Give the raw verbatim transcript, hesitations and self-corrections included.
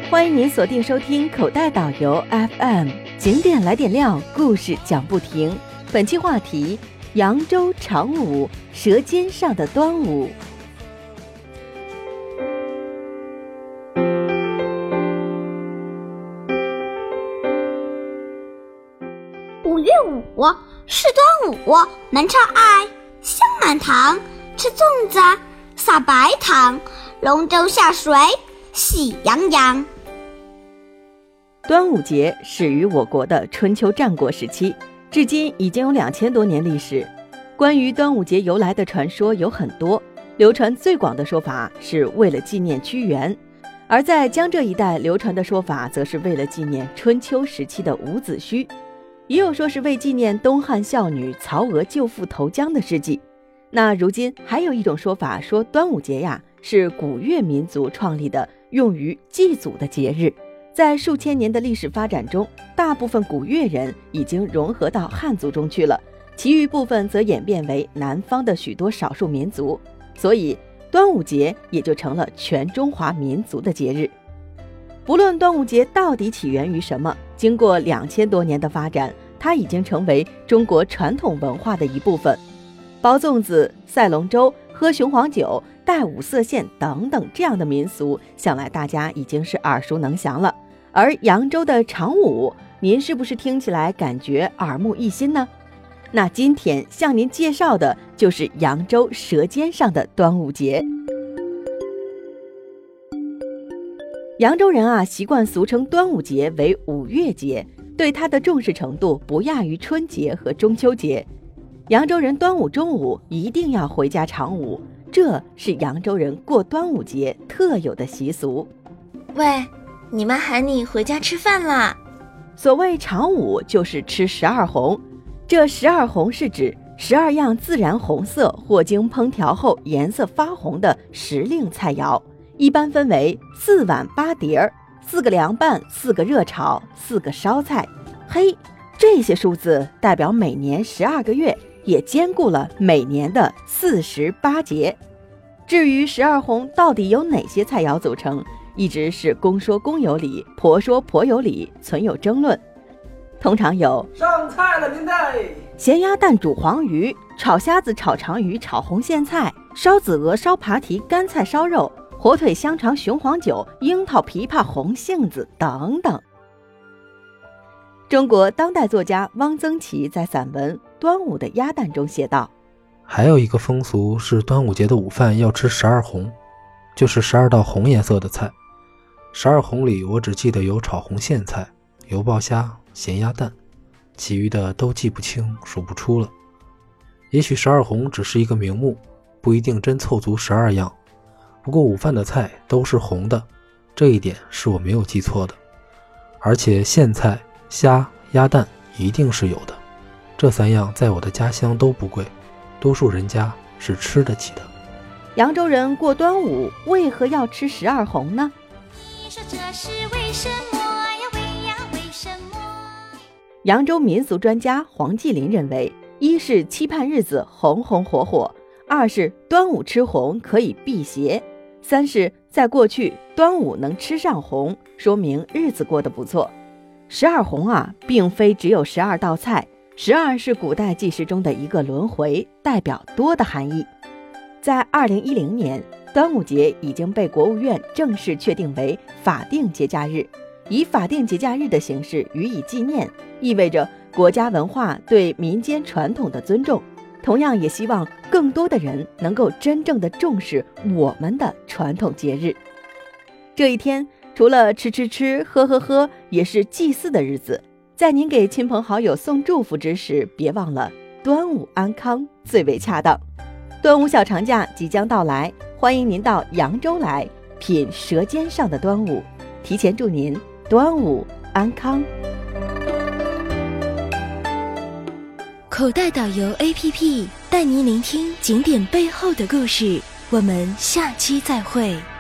欢迎您锁定收听口袋导游 F M， 景点来点料，故事讲不停。本期话题：扬州长舞，舌尖上的端午。 五月五是端午，门朝爱，香满堂，吃粽子，撒白糖，龙舟下水，喜洋洋。 端午节始于我国的春秋战国时期，至今已经有两千多年历史。关于端午节由来的传说有很多，流传最广的说法是为了纪念屈原，而在江浙一带流传的说法则是为了纪念春秋时期的伍子胥，也有说是为纪念东汉孝女曹娥救父投江的事迹。那如今还有一种说法说，端午节呀是古越民族创立的用于祭祖的节日。在数千年的历史发展中，大部分古越人已经融合到汉族中去了，其余部分则演变为南方的许多少数民族，所以端午节也就成了全中华民族的节日。不论端午节到底起源于什么，经过两千多年的发展，它已经成为中国传统文化的一部分。包粽子、赛龙舟、喝雄黄酒、戴五色线等等这样的民俗，想来大家已经是耳熟能详了。而扬州的长舞，您是不是听起来感觉耳目一新呢？那今天向您介绍的就是扬州舌尖上的端午节。扬州人啊，习惯俗称端午节为五月节，对它的重视程度不亚于春节和中秋节。扬州人端午中午一定要回家长舞，这是扬州人过端午节特有的习俗。 喂，你妈喊你回家吃饭啦。 所谓长舞就是吃十二红，这十二红是指十二样自然红色或经烹调后颜色发红的时令菜肴，一般分为四碗八碟，四个凉拌，四个热炒，四个烧菜。嘿，这些数字代表每年十二个月，也兼顾了每年的四十八节。至于十二红到底由哪些菜肴组成，一直是公说公有理，婆说婆有理，存有争论。通常有上菜了您太， 咸鸭蛋煮黄鱼，炒虾子炒长鱼炒红苋菜，烧子鹅烧扒蹄干菜烧肉，火腿香肠雄黄酒，樱桃枇杷红杏子等等。中国当代作家汪曾祺在散文《端午的鸭蛋》中写道， 还有一个风俗是端午节的午饭要吃十二红，就是十二道红颜色的菜。十二红里我只记得有炒红苋菜、油爆虾、咸鸭蛋，其余的都记不清数不出了。也许十二红只是一个名目，不一定真凑足十二样，不过午饭的菜都是红的，这一点是我没有记错的。而且苋菜、虾、鸭蛋一定是有的，这三样在我的家乡都不贵，多数人家是吃得起的。 扬州人过端午为何要吃十二红呢？ 你说这是为什么呀？为呀为什么？ 扬州民俗专家黄继林认为，一是期盼日子红红火火，二是端午吃红可以辟邪，三是在过去端午能吃上红，说明日子过得不错。十二红啊，并非只有十二道菜，十二是古代计时中的一个轮回，代表多的含义。在二零一零年，端午节已经被国务院正式确定为法定节假日，以法定节假日的形式予以纪念，意味着国家文化对民间传统的尊重，同样也希望更多的人能够真正的重视我们的传统节日。这一天除了吃吃吃喝喝喝，也是祭祀的日子，在您给亲朋好友送祝福之时，别忘了端午安康最为恰当。端午小长假即将到来，欢迎您到扬州来品舌尖上的端午，提前祝您端午安康。 口袋导游 A P P 带您聆听景点背后的故事，我们下期再会。